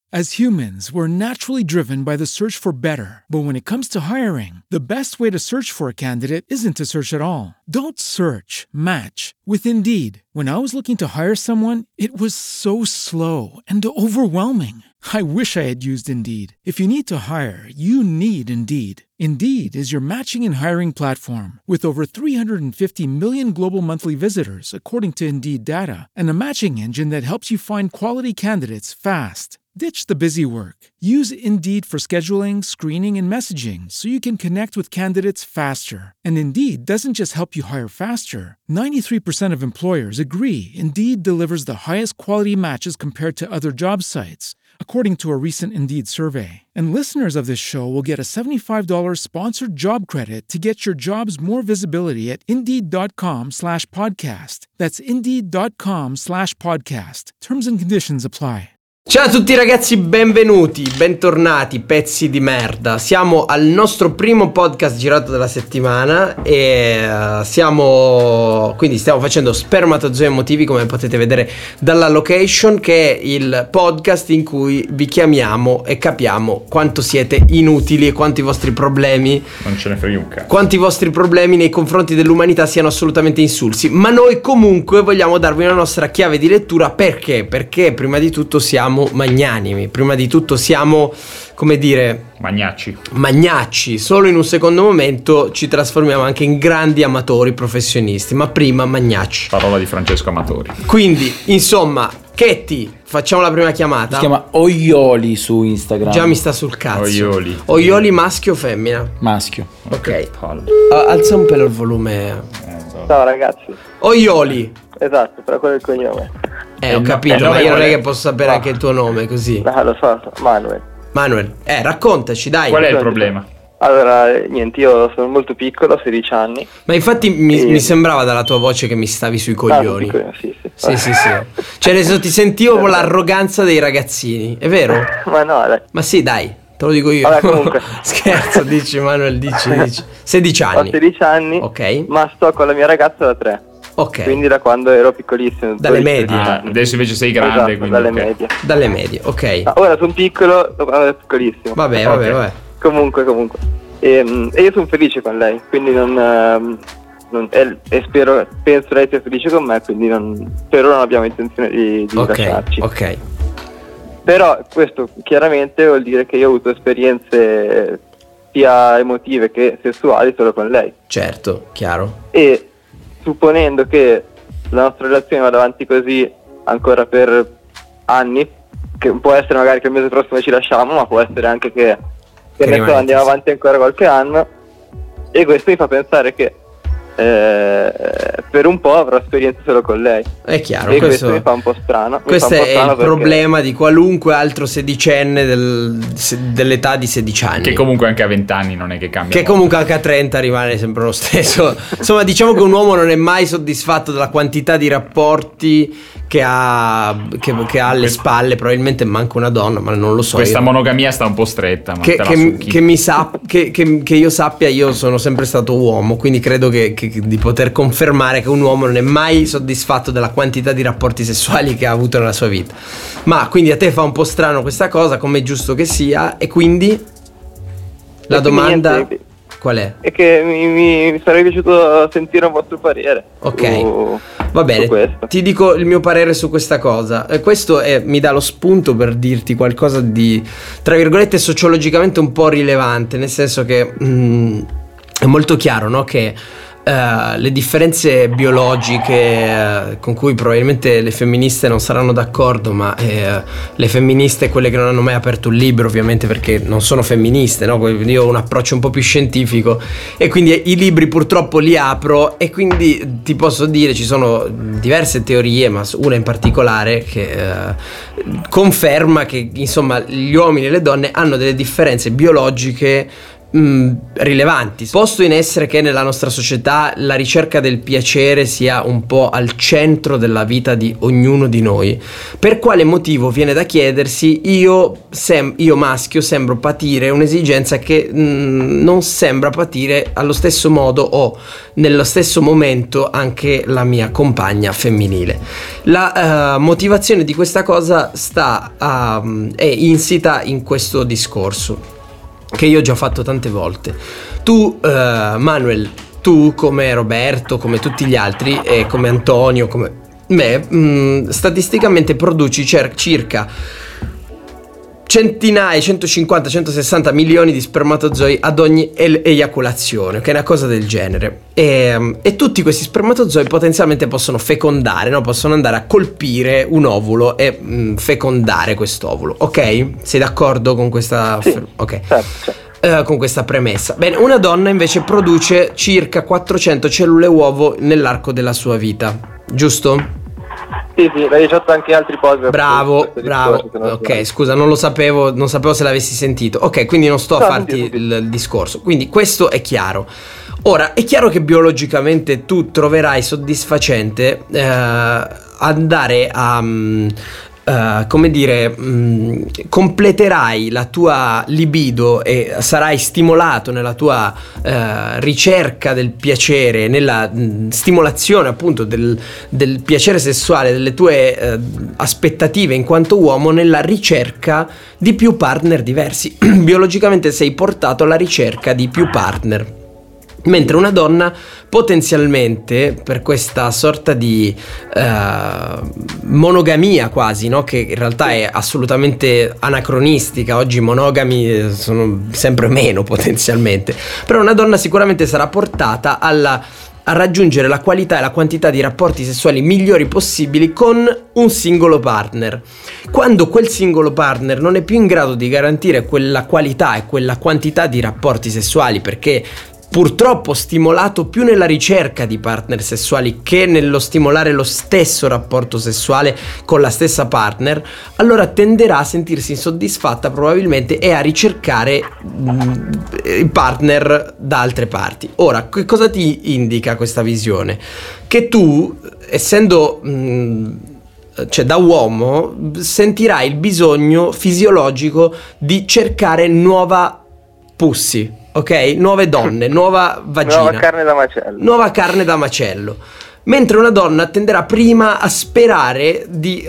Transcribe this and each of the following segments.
As humans, we're naturally driven by the search for better. But when it comes to hiring, the best way to search for a candidate isn't to search at all. Don't search, match with Indeed. When I was looking to hire someone, it was so slow and overwhelming. I wish I had used Indeed. If you need to hire, you need Indeed. Indeed is your matching and hiring platform with over 350 million global monthly visitors, according to Indeed data, and a matching engine that helps you find quality candidates fast. Ditch the busy work. Use Indeed for scheduling, screening, and messaging so you can connect with candidates faster. And Indeed doesn't just help you hire faster. 93% of employers agree Indeed delivers the highest quality matches compared to other job sites, according to a recent Indeed survey. And listeners of this show will get a $75 sponsored job credit to get your jobs more visibility at Indeed.com/podcast. That's Indeed.com/podcast. Terms and conditions apply. Ciao a tutti ragazzi, benvenuti, bentornati, pezzi di merda. Siamo al nostro primo podcast girato della settimana e stiamo facendo Spermatozoi Emotivi, come potete vedere dalla location, che è il podcast in cui vi chiamiamo e capiamo quanto siete inutili e quanto i vostri problemi, non ce ne frega un cazzo, quanti i vostri problemi nei confronti dell'umanità siano assolutamente insulsi. Ma noi comunque vogliamo darvi una nostra chiave di lettura. Perché? Perché prima di tutto siamo magnanimi, prima di tutto siamo, come dire, magnacci. Solo in un secondo momento ci trasformiamo anche in grandi amatori professionisti, ma prima magnacci. Parola di Francesco Amatori. Quindi, insomma, Chetti, facciamo la prima chiamata. Si chiama Oioli su Instagram. Già mi sta sul cazzo. Oioli maschio o femmina? Maschio. Ok. Alza un pelo il volume. Ciao ragazzi. Oioli. Esatto, però quello è il cognome. Ho capito, ma io non è che posso sapere anche il tuo nome così. Lo so, Manuel. Raccontaci, dai. Qual è il problema? Allora, niente, io sono molto piccolo, ho 16 anni. Ma infatti mi sembrava dalla tua voce che mi stavi sui coglioni. Sì. Sì. Cioè, nel senso, ti sentivo con l'arroganza dei ragazzini, è vero? Ma no, dai. Ma sì, dai, te lo dico io. Vabbè, comunque. Scherzo, dici Manuel, dici. 16 anni. Ho 16 anni, ok. Ma sto con la mia ragazza da 3. Ok. Quindi da quando ero piccolissimo. Dalle medie. Adesso invece sei grande, esatto, quindi dalle medie, ok. Ora sono piccolo, quando ero piccolissimo. Vabbè. Comunque. E io sono felice con lei, quindi penso lei sia felice con me, quindi per ora non abbiamo intenzione di lasciarci. Ok. Però questo chiaramente vuol dire che io ho avuto esperienze sia emotive che sessuali solo con lei. Certo, chiaro. E supponendo che la nostra relazione vada avanti così ancora per anni, che può essere magari che il mese prossimo ci lasciamo, ma può essere anche che andiamo avanti ancora qualche anno, e questo mi fa pensare che per un po' avrò esperienze solo con lei. È chiaro, e questo mi fa un po' strano. Questo è il problema di qualunque altro sedicenne dell'età di 16 anni. Che comunque anche a 20 anni non è che cambia. Che comunque anche a 30 rimane sempre lo stesso. Insomma, diciamo che un uomo non è mai soddisfatto della quantità di rapporti che ha alle spalle. Probabilmente manca una donna, ma non lo so. Questa monogamia sta un po' stretta, ma che io sappia, io sono sempre stato uomo, quindi credo che di poter confermare che un uomo non è mai soddisfatto della quantità di rapporti sessuali che ha avuto nella sua vita. Ma quindi a te fa un po' strano questa cosa, come è giusto che sia, e quindi la domanda qual è? È che mi sarebbe piaciuto sentire un vostro parere. Ok, va bene, ti dico il mio parere su questa cosa. Questo mi dà lo spunto per dirti qualcosa di, tra virgolette, sociologicamente un po' rilevante, nel senso che è molto chiaro, no? Che le differenze biologiche con cui probabilmente le femministe non saranno d'accordo, ma le femministe, quelle che non hanno mai aperto un libro, ovviamente, perché non sono femministe, no? Io ho un approccio un po' più scientifico e quindi i libri purtroppo li apro, e quindi ti posso dire ci sono diverse teorie, ma una in particolare che conferma che insomma gli uomini e le donne hanno delle differenze biologiche rilevanti. Posto in essere che nella nostra società la ricerca del piacere sia un po' al centro della vita di ognuno di noi, per quale motivo, viene da chiedersi, io maschio sembro patire un'esigenza che non sembra patire allo stesso modo o nello stesso momento anche la mia compagna femminile. La motivazione di questa cosa è insita in questo discorso che io ho già fatto tante volte. Tu, Manuel, tu come Roberto, come tutti gli altri, e come Antonio, come me, statisticamente produci circa centinaia, 150, 160 milioni di spermatozoi ad ogni eiaculazione, che è una cosa del genere. E tutti questi spermatozoi potenzialmente possono fecondare, no? Possono andare a colpire un ovulo e fecondare quest'ovulo. Ok? Sei d'accordo con questa? Sì, ok. certo. Con questa premessa. Bene, una donna invece produce circa 400 cellule uovo nell'arco della sua vita, giusto? Sì, l'hai fatto anche altri podcast. Bravo. Ok, scusa, non sapevo se l'avessi sentito. Ok, quindi non sto a farti il discorso. Quindi questo è chiaro. Ora, è chiaro che biologicamente tu troverai soddisfacente andare a completerai la tua libido e sarai stimolato nella tua ricerca del piacere, nella stimolazione appunto del piacere sessuale, delle tue aspettative in quanto uomo, nella ricerca di più partner diversi. Biologicamente sei portato alla ricerca di più partner. Mentre una donna potenzialmente, per questa sorta di monogamia quasi, no? Che in realtà è assolutamente anacronistica, oggi monogami sono sempre meno potenzialmente, però una donna sicuramente sarà portata a raggiungere la qualità e la quantità di rapporti sessuali migliori possibili con un singolo partner. Quando quel singolo partner non è più in grado di garantire quella qualità e quella quantità di rapporti sessuali, perché purtroppo stimolato più nella ricerca di partner sessuali che nello stimolare lo stesso rapporto sessuale con la stessa partner, allora tenderà a sentirsi insoddisfatta probabilmente e a ricercare il partner da altre parti. Ora, che cosa ti indica questa visione? Che tu, essendo da uomo, sentirai il bisogno fisiologico di cercare nuova pussy, ok? Nuove donne, nuova vagina, nuova carne da macello. Mentre una donna tenderà prima a sperare di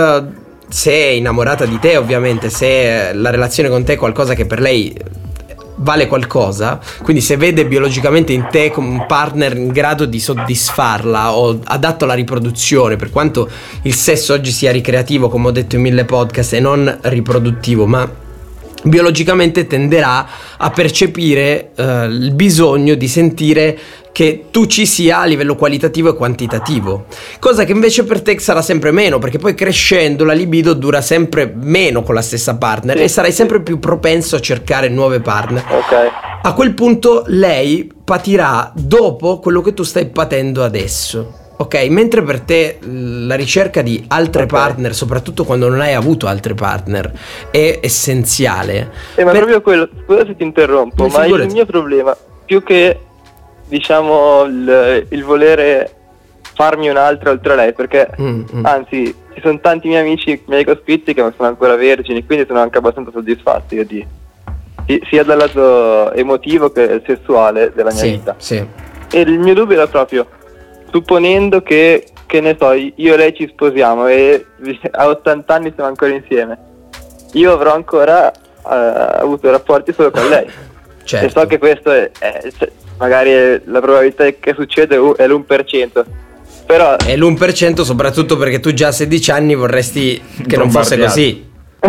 se è innamorata di te, ovviamente, se la relazione con te è qualcosa che per lei vale qualcosa, quindi se vede biologicamente in te come un partner in grado di soddisfarla o adatto alla riproduzione, per quanto il sesso oggi sia ricreativo, come ho detto in 1000 podcast, e non riproduttivo, ma biologicamente tenderà a percepire il bisogno di sentire che tu ci sia a livello qualitativo e quantitativo, cosa che invece per te sarà sempre meno, perché poi crescendo la libido dura sempre meno con la stessa partner e sarai sempre più propenso a cercare nuove partner. Okay. A quel punto lei patirà dopo quello che tu stai patendo adesso. Ok, mentre per te la ricerca di altre partner, soprattutto quando non hai avuto altre partner, è essenziale. Ma proprio quello, scusa se ti interrompo, ma il mio problema, più che diciamo il volere farmi un'altra oltre a lei, perché anzi ci sono tanti miei amici, miei coscritti che sono ancora vergini, quindi sono anche abbastanza soddisfatti sia dal lato emotivo che sessuale della mia vita. Sì. E il mio dubbio era proprio, supponendo che ne so, io e lei ci sposiamo e a 80 anni siamo ancora insieme, io avrò ancora avuto rapporti solo con lei. Certo. E so che questo magari la probabilità che succeda è l'1%, però è l'1%, soprattutto perché tu già a 16 anni vorresti che non fosse così.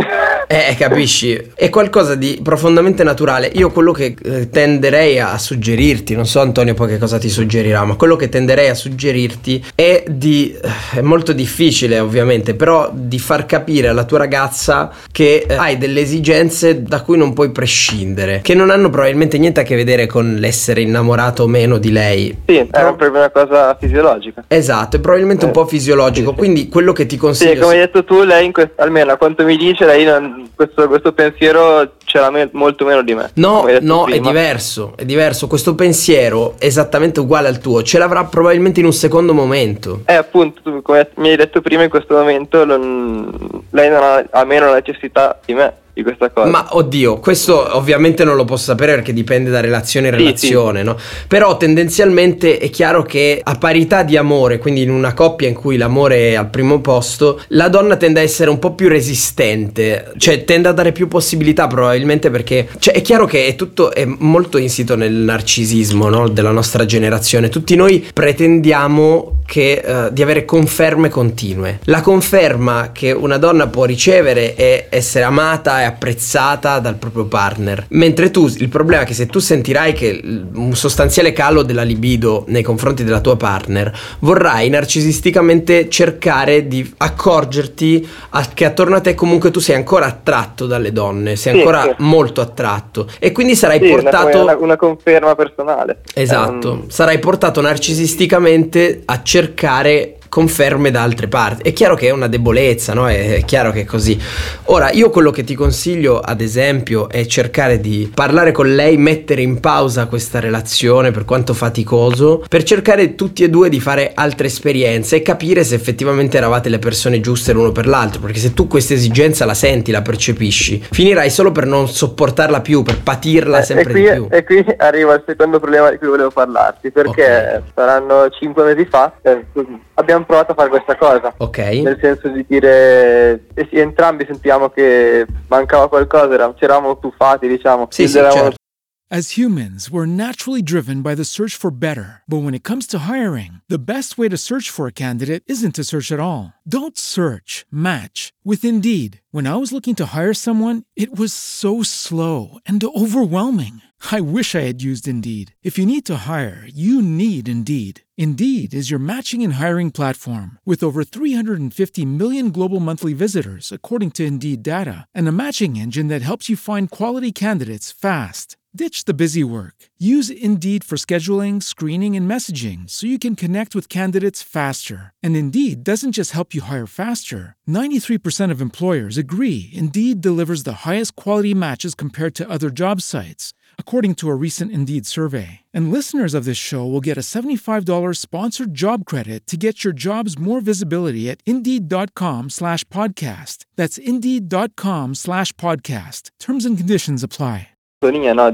Capisci? È qualcosa di profondamente naturale. Io quello che tenderei a suggerirti, non so Antonio poi che cosa ti suggerirà, ma quello che tenderei a suggerirti è molto difficile ovviamente, però di far capire alla tua ragazza che hai delle esigenze da cui non puoi prescindere, che non hanno probabilmente niente a che vedere con l'essere innamorato o meno di lei. Sì, è proprio una cosa fisiologica. Esatto, è probabilmente un po' fisiologico, quindi quello che ti consiglio... Sì, come hai detto tu, lei almeno a quanto mi dice, lei non questo pensiero ce l'ha molto meno di me. No, è diverso. Questo pensiero esattamente uguale al tuo ce l'avrà probabilmente in un secondo momento. Appunto, tu, come mi hai detto prima, in questo momento lei non ha meno necessità di me, di questa cosa. Ma oddio, questo ovviamente non lo posso sapere perché dipende da relazione in relazione, no? Però tendenzialmente è chiaro che a parità di amore, quindi in una coppia in cui l'amore è al primo posto, la donna tende a essere un po' più resistente, cioè tende a dare più possibilità probabilmente perché, cioè, è chiaro che è molto insito nel narcisismo, no? Della nostra generazione. Tutti noi pretendiamo di avere conferme continue. La conferma che una donna può ricevere è essere amata e apprezzata dal proprio partner, mentre il problema è che se tu sentirai che un sostanziale calo della libido nei confronti della tua partner, vorrai narcisisticamente cercare di accorgerti che attorno a te comunque tu sei ancora attratto dalle donne, sei ancora molto attratto, e quindi sarai portato una conferma personale. Esatto, sarai portato narcisisticamente a cercare conferme da altre parti. È chiaro che è una debolezza, no? È chiaro che è così. Ora, io quello che ti consiglio, ad esempio, è cercare di parlare con lei, mettere in pausa questa relazione, per quanto faticoso, per cercare tutti e due di fare altre esperienze e capire se effettivamente eravate le persone giuste l'uno per l'altro, perché se tu questa esigenza la senti, la percepisci, finirai solo per non sopportarla più, per patirla sempre di più. E qui arriva il secondo problema di cui volevo parlarti, perché saranno 5 mesi fa abbiamo provato a fare questa cosa, nel senso di dire entrambi sentiamo che mancava qualcosa, ci eravamo tufati, diciamo. Sì, certo. As humans, we're naturally driven by the search for better. But when it comes to hiring, the best way to search for a candidate isn't to search at all. Don't search, match with Indeed. When I was looking to hire someone, it was so slow and overwhelming. I wish I had used Indeed. If you need to hire, you need Indeed. Indeed is your matching and hiring platform with over 350 million global monthly visitors, according to Indeed data, and a matching engine that helps you find quality candidates fast. Ditch the busy work. Use Indeed for scheduling, screening, and messaging so you can connect with candidates faster. And Indeed doesn't just help you hire faster. 93% of employers agree Indeed delivers the highest quality matches compared to other job sites, according to a recent Indeed survey. And listeners of this show will get a $75 sponsored job credit to get your jobs more visibility at Indeed.com/podcast. That's Indeed.com/podcast. Terms and conditions apply. No,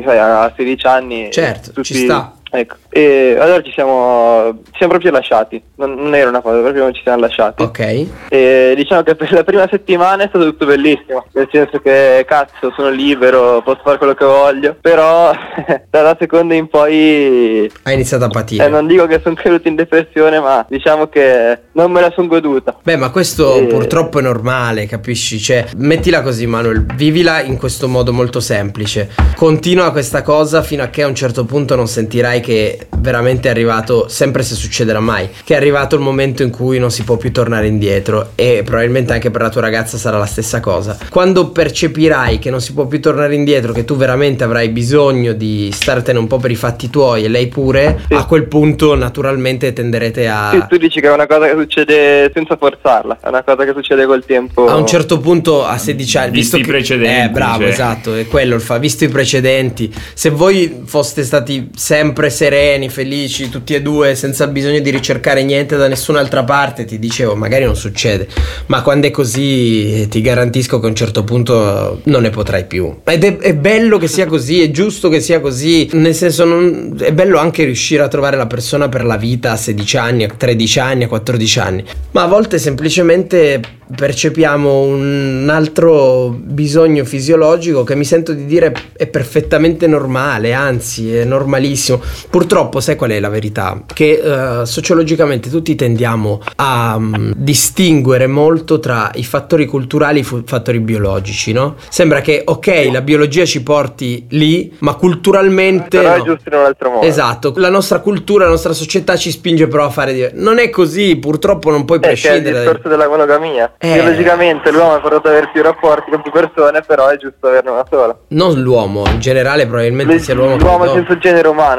a 16 anni. Certo, tutti, ci sta. Ecco, e allora ci siamo proprio lasciati, non era una cosa, proprio non ci siamo lasciati. Ok. E diciamo che per la prima settimana è stato tutto bellissimo, nel senso che cazzo, sono libero, posso fare quello che voglio, però dalla seconda in poi hai iniziato a patire. Non dico che sono caduto in depressione, ma diciamo che non me la sono goduta. Beh, ma questo purtroppo è normale, capisci? Cioè, mettila così, Manuel, vivila in questo modo molto semplice. Continua questa cosa fino a che a un certo punto non sentirai che veramente è arrivato, sempre se succederà mai, che è arrivato il momento in cui non si può più tornare indietro, e probabilmente anche per la tua ragazza sarà la stessa cosa. Quando percepirai che non si può più tornare indietro, che tu veramente avrai bisogno di startene un po' per i fatti tuoi e lei pure, a quel punto naturalmente tenderete a... Sì, tu dici che è una cosa che succede senza forzarla, è una cosa che succede col tempo. A un certo punto, a 16 anni, visto i precedenti, bravo, esatto, è quello il visto i precedenti. Se voi foste stati sempre sereni, felici, tutti e due, senza bisogno di ricercare niente da nessun'altra parte, ti dicevo, magari non succede, ma quando è così ti garantisco che a un certo punto non ne potrai più. Ed è bello che sia così, è giusto che sia così, nel senso, è bello anche riuscire a trovare la persona per la vita a 16 anni, a 13 anni, a 14 anni, ma a volte semplicemente percepiamo un altro bisogno fisiologico che mi sento di dire è perfettamente normale, anzi è normalissimo. Purtroppo sai qual è la verità? Che sociologicamente tutti tendiamo a distinguere molto tra i fattori culturali e i fattori biologici, no? Sembra che la biologia ci porti lì, ma culturalmente però è giusto in un altro modo. Esatto, la nostra cultura, la nostra società ci spinge però a fare non è così, purtroppo non puoi prescindere. È il discorso della monogamia. Biologicamente l'uomo è portato ad avere più rapporti con più persone, però è giusto averne una sola. Non l'uomo, in generale probabilmente sia l'uomo senza genere umano.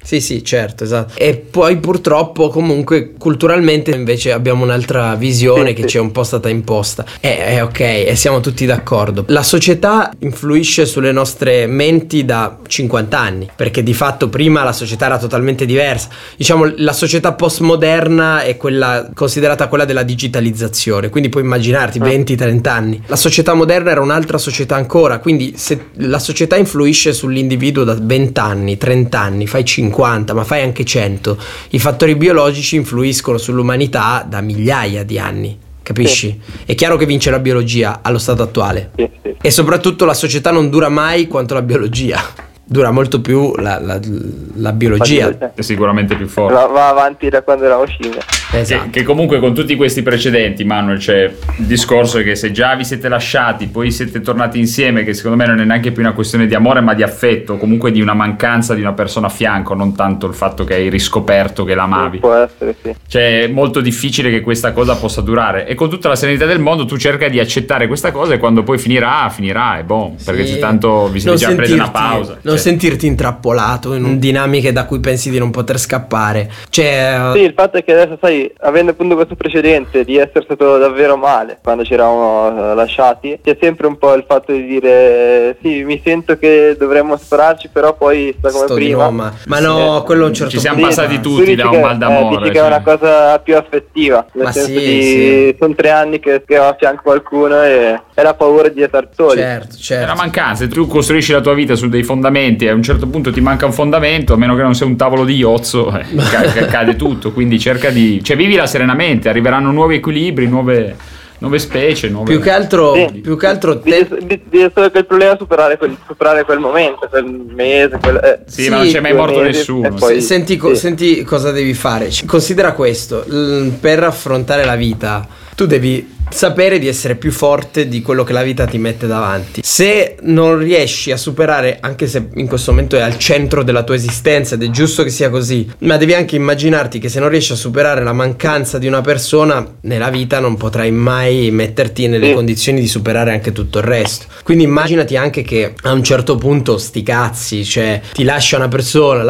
Sì, certo, esatto. E poi purtroppo comunque culturalmente invece abbiamo un'altra visione che ci è un po' stata imposta. Ok, e siamo tutti d'accordo. La società influisce sulle nostre menti da 50 anni, perché di fatto prima la società era totalmente diversa. Diciamo, la società postmoderna è quella considerata quella della digitalizzazione, quindi puoi immaginarti 20-30 anni. La società moderna era un'altra società ancora, quindi se la società influisce sull'individuo da 20 anni, 30 anni, fai 50, ma fai anche 100, i fattori biologici influiscono sull'umanità da migliaia di anni. Capisci? Sì. È chiaro che vince la biologia allo stato attuale. Sì. E soprattutto la società non dura mai quanto la biologia. Dura molto più la biologia. È sicuramente più forte. Va avanti da quando eravamo scimmie. Esatto. Che comunque con tutti questi precedenti, Manuel, c'è il discorso che se già vi siete lasciati, poi siete tornati insieme, che secondo me non è neanche più una questione di amore ma di affetto, comunque di una mancanza di una persona a fianco, non tanto il fatto che hai riscoperto che l'amavi. Può essere, sì. Cioè è molto difficile che questa cosa possa durare, e con tutta la serenità del mondo tu cerca di accettare questa cosa, e quando poi finirà e boh, sì. Perché c'è tanto, vi siete già presi una pausa. Non sentirti intrappolato in dinamiche da cui pensi di non poter scappare. Cioè, sì, il fatto è che adesso, sai, avendo appunto questo precedente di essere stato davvero male quando ci eravamo lasciati, c'è sempre un po' il fatto di dire sì, mi sento che dovremmo separarci, però poi sta come prima. Ma no, quello a un certo punto. Ci siamo punto passati tutti da un mal d'amore. Dici che è una cosa più affettiva, nel senso sì. Sono 3 anni che ho a fianco qualcuno e è la paura di essere soli. Certo. È una mancanza. Tu costruisci la tua vita su dei fondamenti e a un certo punto ti manca un fondamento, a meno che non sia un tavolo di Iozzo, cade tutto. Quindi cerca di, cioè, vivila serenamente, arriveranno nuovi equilibri, nuove specie, più che altro devi solo che il problema è superare quel momento, quel mese, ma non c'è mai morto nessuno. Poi, senti cosa devi fare. Considera questo: per affrontare la vita tu devi sapere di essere più forte di quello che la vita ti mette davanti. Se non riesci a superare, anche se in questo momento è al centro della tua esistenza ed è giusto che sia così, ma devi anche immaginarti che se non riesci a superare la mancanza di una persona nella vita non potrai mai metterti nelle condizioni di superare anche tutto il resto. Quindi immaginati anche che a un certo punto sti cazzi, cioè ti lasci una persona,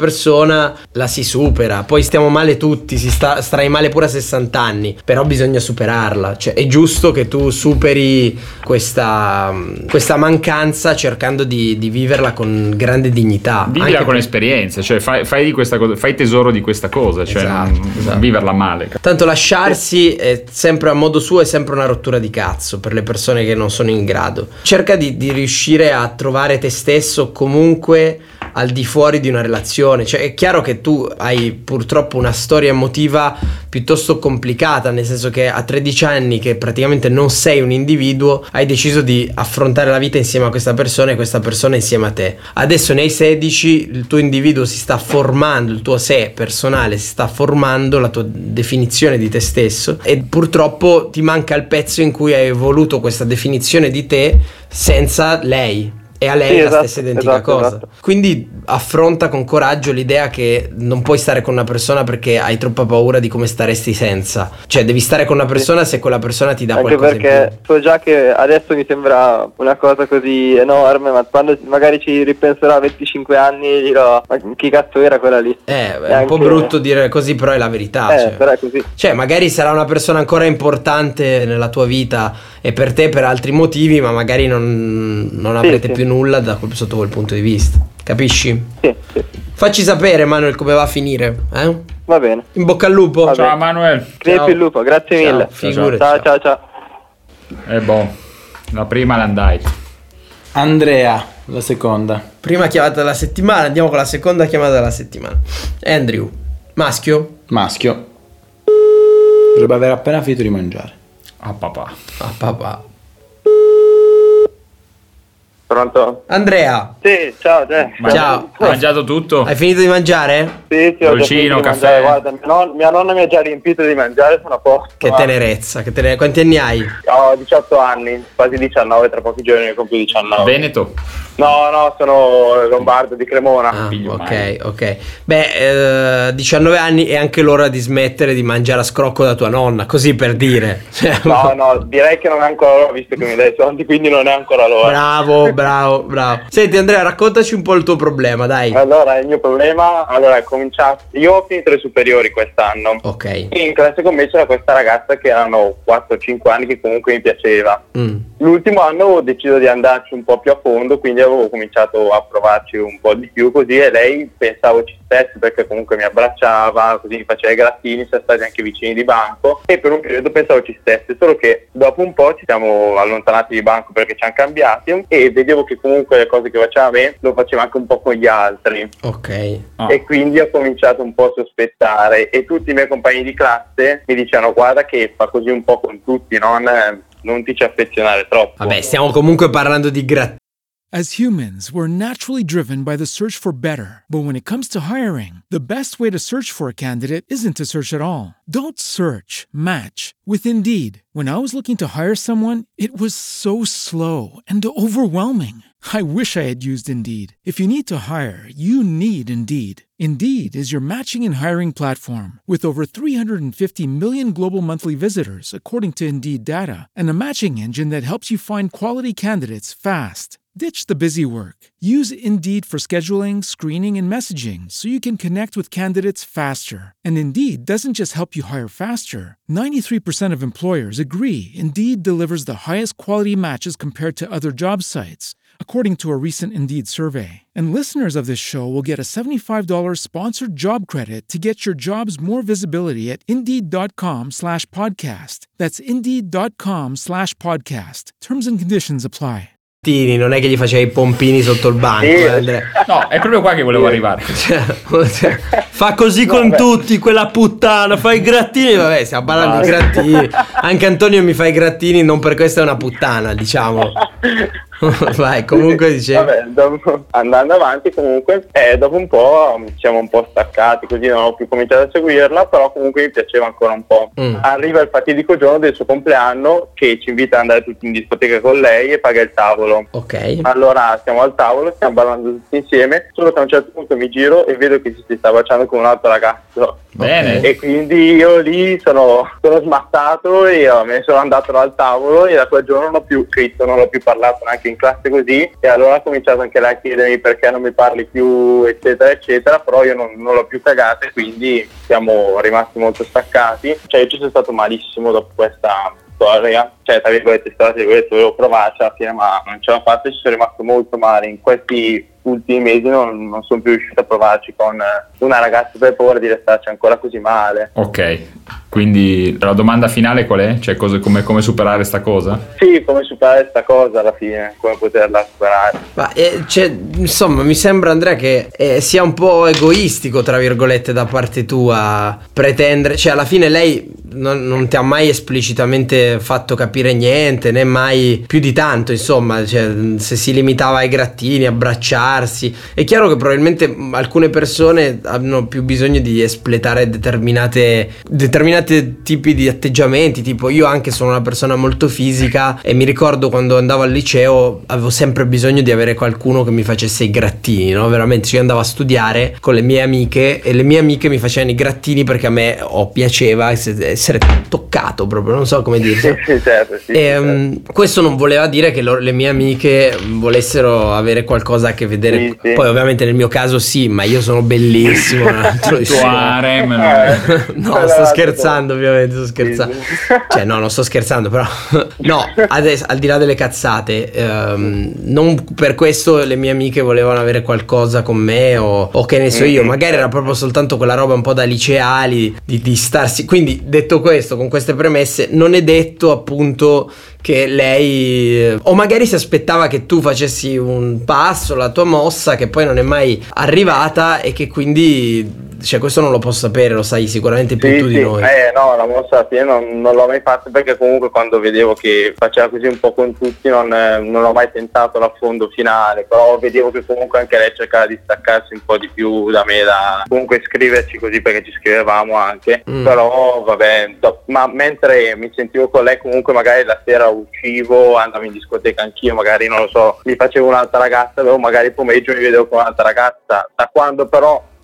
la si supera, poi stiamo male tutti, starai male pure a 60 anni, però bisogna superarla. Cioè, è giusto che tu superi questa mancanza cercando di viverla con grande dignità. Vivila con esperienza, cioè fai di questa cosa, fai tesoro di questa cosa, cioè non viverla male. Tanto lasciarsi è sempre a modo suo, è sempre una rottura di cazzo per le persone che non sono in grado. Cerca di riuscire a trovare te stesso comunque al di fuori di una relazione. Cioè è chiaro che tu hai purtroppo una storia emotiva piuttosto complicata, nel senso che a 13 anni che praticamente non sei un individuo, hai deciso di affrontare la vita insieme a questa persona e questa persona insieme a te. Adesso ne hai 16, il tuo individuo si sta formando, il tuo sé personale si sta formando, la tua definizione di te stesso, e purtroppo ti manca il pezzo in cui hai evoluto questa definizione di te senza lei. E a lei la stessa identica cosa. Esatto. Quindi affronta con coraggio l'idea che non puoi stare con una persona perché hai troppa paura di come staresti senza. Cioè devi stare con una persona se quella persona ti dà anche qualcosa in più. Anche perché so già che adesso mi sembra una cosa così enorme, ma quando magari ci ripenserò a 25 anni dirò ma chi cazzo era quella lì? È un po' brutto dire così, però è la verità. Però è così. Cioè magari sarà una persona ancora importante nella tua vita e per te per altri motivi, ma magari non avrete più nulla sotto quel punto di vista. Capisci? Sì. Facci sapere, Manuel, come va a finire, eh? Va bene. In bocca al lupo. Ciao Manuel. Crepi il lupo, grazie mille. Figurati. Ciao. La prima l'andai. Andrea, la seconda. Prima chiamata della settimana, andiamo con la seconda chiamata della settimana. Andrew, maschio? Maschio. Dovrebbe aver appena finito di mangiare. A papà. Pronto? Andrea. Sì, ciao. Ciao. Hai mangiato tutto? Hai finito di mangiare? Sì, dolcino, caffè. Guarda, mia nonna mi ha già riempito di mangiare, sono a posto. Che tenerezza, Quanti anni hai? Ho 18 anni, quasi 19, tra pochi giorni ne compio 19. Veneto? No, sono lombardo di Cremona. Ok. Beh, 19 anni è anche l'ora di smettere di mangiare a scrocco da tua nonna, così per dire. No, direi che non è ancora l'ora, visto che mi dai i soldi, quindi non è ancora l'ora. Bravo, Bravo. Senti Andrea, raccontaci un po' il tuo problema, dai. Allora, il mio problema, è cominciato, io ho finito le superiori quest'anno. Ok. E in classe con me c'era questa ragazza che erano 4-5 anni che comunque mi piaceva. L'ultimo anno ho deciso di andarci un po' più a fondo, quindi avevo cominciato a provarci un po' di più così, e lei pensavo ci stesse perché comunque mi abbracciava, così mi faceva i grattini, siamo stati anche vicini di banco e per un periodo pensavo ci stesse, solo che dopo un po' ci siamo allontanati di banco perché ci hanno cambiati e vedevo che comunque le cose che faceva a me lo faceva anche un po' con gli altri. Ok. E quindi ho cominciato un po' a sospettare e tutti i miei compagni di classe mi dicevano guarda che fa così un po' con tutti, non ti ci affezionare troppo. Vabbè, stiamo comunque parlando di grattini. As humans, we're naturally driven by the search for better. But when it comes to hiring, the best way to search for a candidate isn't to search at all. Don't search, match with Indeed. When I was looking to hire someone, it was so slow and overwhelming. I wish I had used Indeed. If you need to hire, you need Indeed. Indeed is your matching and hiring platform with over 350 million global monthly visitors, according to Indeed data, and a matching engine that helps you find quality candidates fast. Ditch the busy work. Use Indeed for scheduling, screening, and messaging so you can connect with candidates faster. And Indeed doesn't just help you hire faster. 93% of employers agree Indeed delivers the highest quality matches compared to other job sites, according to a recent Indeed survey. And listeners of this show will get a $75 sponsored job credit to get your jobs more visibility at Indeed.com/podcast. That's Indeed.com/podcast. Terms and conditions apply. Non è che gli faceva i pompini sotto il banco, Andrea. No, è proprio qua che volevo arrivare. Fa così con tutti, quella puttana, fa i grattini. Vabbè, stiamo parlando di grattini. Anche Antonio mi fa i grattini, non per questo è una puttana, diciamo. Vai, comunque dicevo. Vabbè, andando avanti comunque, dopo un po' ci siamo un po' staccati, così non ho più cominciato a seguirla, però comunque mi piaceva ancora un po'. Arriva il fatidico giorno del suo compleanno che ci invita ad andare tutti in discoteca con lei e paga il tavolo. Ok. Allora siamo al tavolo, stiamo ballando tutti insieme, solo che a un certo punto mi giro e vedo che si sta baciando con un altro ragazzo. Bene. E quindi io lì sono smattato e me ne sono andato dal tavolo e da quel giorno non ho più scritto, non ho più parlato neanche in classe così, e allora ha cominciato anche lei a chiedermi perché non mi parli più eccetera eccetera, però io non l'ho più cagata e quindi siamo rimasti molto staccati. Cioè io ci sono stato malissimo dopo questa storia, cioè tra virgolette volevo provarci alla fine ma non ce l'ho fatta e ci sono rimasto molto male. In questi ultimi mesi non sono più riuscito a provarci con una ragazza per paura di restarci ancora così male. Ok, quindi la domanda finale qual è? Cioè come superare sta cosa? Sì, come superare sta cosa alla fine, come poterla superare. Ma insomma mi sembra, Andrea, che sia un po' egoistico tra virgolette da parte tua pretendere, cioè alla fine lei non ti ha mai esplicitamente fatto capire niente, né mai più di tanto, insomma, cioè, se si limitava ai grattini, abbracciarsi. È chiaro che probabilmente alcune persone hanno più bisogno di espletare determinati tipi di atteggiamenti, tipo io anche sono una persona molto fisica e mi ricordo quando andavo al liceo avevo sempre bisogno di avere qualcuno che mi facesse i grattini, no? Veramente, io andavo a studiare con le mie amiche e le mie amiche mi facevano i grattini perché a me piaceva essere toccato, proprio non so come dirlo. Certo, questo non voleva dire che le mie amiche volessero avere qualcosa a che vedere. Sì. Poi ovviamente nel mio caso sì, ma io sono bellissimo. No, sto scherzando, ovviamente sto scherzando. Cioè no, non sto scherzando, però no, adesso al di là delle cazzate, non per questo le mie amiche volevano avere qualcosa con me o che ne so io, magari era proprio soltanto quella roba un po' da liceali di starsi. Quindi detto questo, con queste premesse, non è detto appunto che lei o magari si aspettava che tu facessi un passo, la tua mossa che poi non è mai arrivata e che quindi, cioè, questo non lo posso sapere, lo sai sicuramente più tu di noi. No, la mossa alla fine non l'ho mai fatta perché comunque quando vedevo che faceva così un po' con tutti non l'ho mai tentato l'affondo finale, però vedevo che comunque anche lei cercava di staccarsi un po' di più da me, da comunque scriverci così perché ci scrivevamo anche, però vabbè, ma mentre mi sentivo con lei comunque magari la sera uscivo, andavo in discoteca anch'io, magari non lo so, mi facevo un'altra ragazza, magari il pomeriggio mi vedevo con un'altra ragazza, da quando però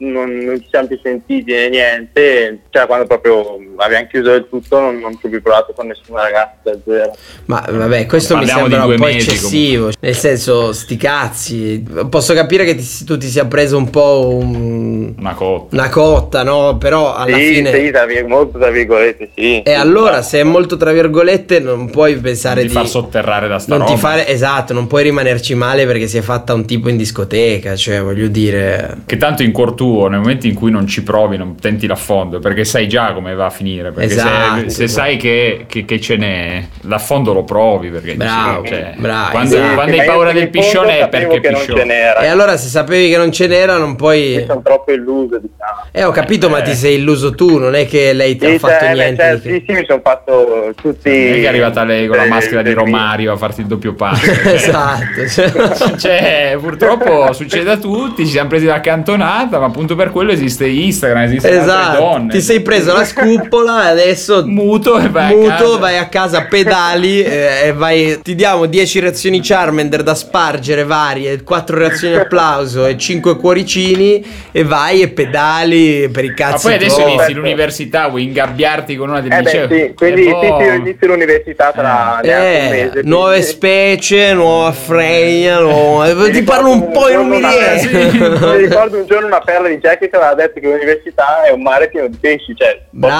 non ci siamo più sentiti né niente, cioè quando proprio abbiamo chiuso del tutto non ci ho più provato con nessuna ragazza da zero. Ma vabbè, questo mi sembra un po' eccessivo, nel senso, sti cazzi, posso capire che tu ti sia preso un po' una cotta, no? Però alla fine molto tra virgolette, sì. E allora se è molto tra virgolette non puoi pensare di far sotterrare da sta non roba. ti fare, esatto, non puoi rimanerci male perché si è fatta un tipo in discoteca, cioè voglio dire che tanto in cuor tuo nel momento in cui non ci provi non tenti l'affondo, perché sai già come va a finire, perché esatto, se sai che ce n'è, l'affondo lo provi, perché bravo, quando hai paura del piscione è perché piscione. E allora se sapevi che non ce n'era non puoi, mi sono troppo illuso, diciamo. Ho capito, ma ti sei illuso tu, non è che lei ti ha fatto niente. Sì, mi sono fatto tutti. Non è che è arrivata lei con la maschera di Romario a farti il doppio passo. Esatto. Cioè, purtroppo succede a tutti, ci siamo presi la cantonata, ma appunto per quello esiste Instagram, esiste altre donne. Ti sei preso la scuppola e adesso muto e vai a casa, pedali e vai. Ti diamo 10 reazioni Charmander da spargere varie, 4 reazioni applauso e 5 cuoricini e vai e pedali per i cazzi. Ma poi adesso inizi l'università, vuoi ingabbiarti con una del liceo? Sì, quindi inizio l'università tra un mese. Nuove specie, nuova Freya, ti parlo un po' in un Mi ricordo un giorno una perla di Jack che aveva detto che l'università è un mare pieno di pesci, cioè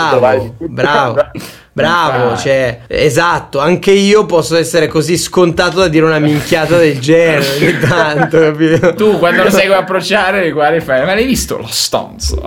bravo, cioè, esatto, anche io posso essere così scontato da dire una minchiata del genere ogni tanto, capito? Tu quando lo sai come approcciare, guarda, fai, ma l'hai visto lo stonzo?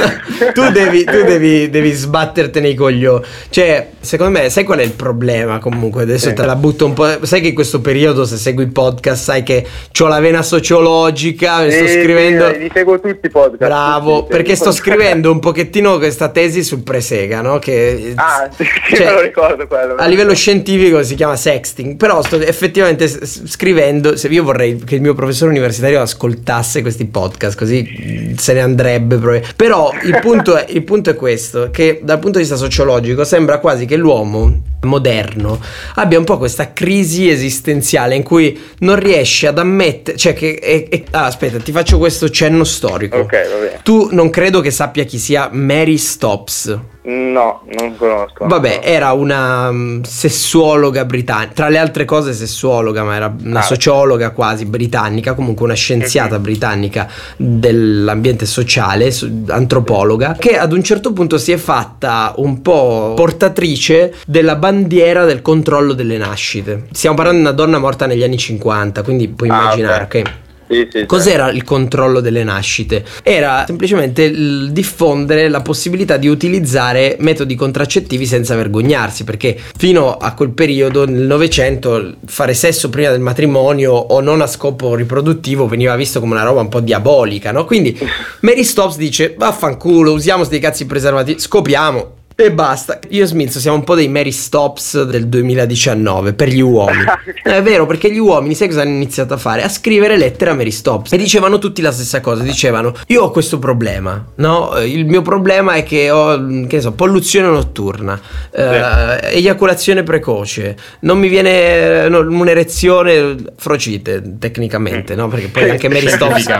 tu devi sbattertene nei coglioni. Cioè, secondo me, sai qual è il problema? Comunque, adesso te la butto un po'. Sai che in questo periodo, se segui i podcast, sai che c'ho la vena sociologica, sto scrivendo. Li seguo tutti i podcast. Bravo, perché sto scrivendo un pochettino questa tesi sul presega, no? Che me lo ricordo quello. A livello scientifico si chiama sexting, però sto effettivamente scrivendo. Se io vorrei che il mio professore universitario ascoltasse questi podcast, così se ne andrebbe. Però il punto è questo, che dal punto di vista sociologico sembra quasi che l'uomo moderno abbia un po' questa crisi esistenziale in cui non riesce ad ammettere, cioè che aspetta, ti faccio questo cenno storico. Ok, va bene. Tu non credo che sappia chi sia Mary Stopes. No, non conosco. Vabbè, era una sessuologa britannica, tra le altre cose sessuologa, ma era una sociologa quasi britannica, comunque una scienziata britannica dell'ambiente sociale, antropologa, che ad un certo punto si è fatta un po' portatrice della bandiera del controllo delle nascite. Stiamo parlando di una donna morta negli anni 50, quindi puoi immaginare, ok? Sì, cos'era il controllo delle nascite? Era semplicemente il diffondere la possibilità di utilizzare metodi contraccettivi senza vergognarsi, perché fino a quel periodo nel Novecento fare sesso prima del matrimonio o non a scopo riproduttivo veniva visto come una roba un po' diabolica, no? Quindi Mary Stopes dice vaffanculo, usiamo sti cazzi preservativi, scopiamo e basta. Io e Smith siamo un po' dei Mary Stopes del 2019 per gli uomini. È vero, perché gli uomini, sai cosa hanno iniziato a fare? A scrivere lettere a Mary Stopes. E dicevano tutti la stessa cosa. Dicevano, io ho questo problema, no? Il mio problema è che ho, che ne so, polluzione notturna, eiaculazione precoce, non mi viene un'erezione, frocite tecnicamente, no? Perché poi anche Mary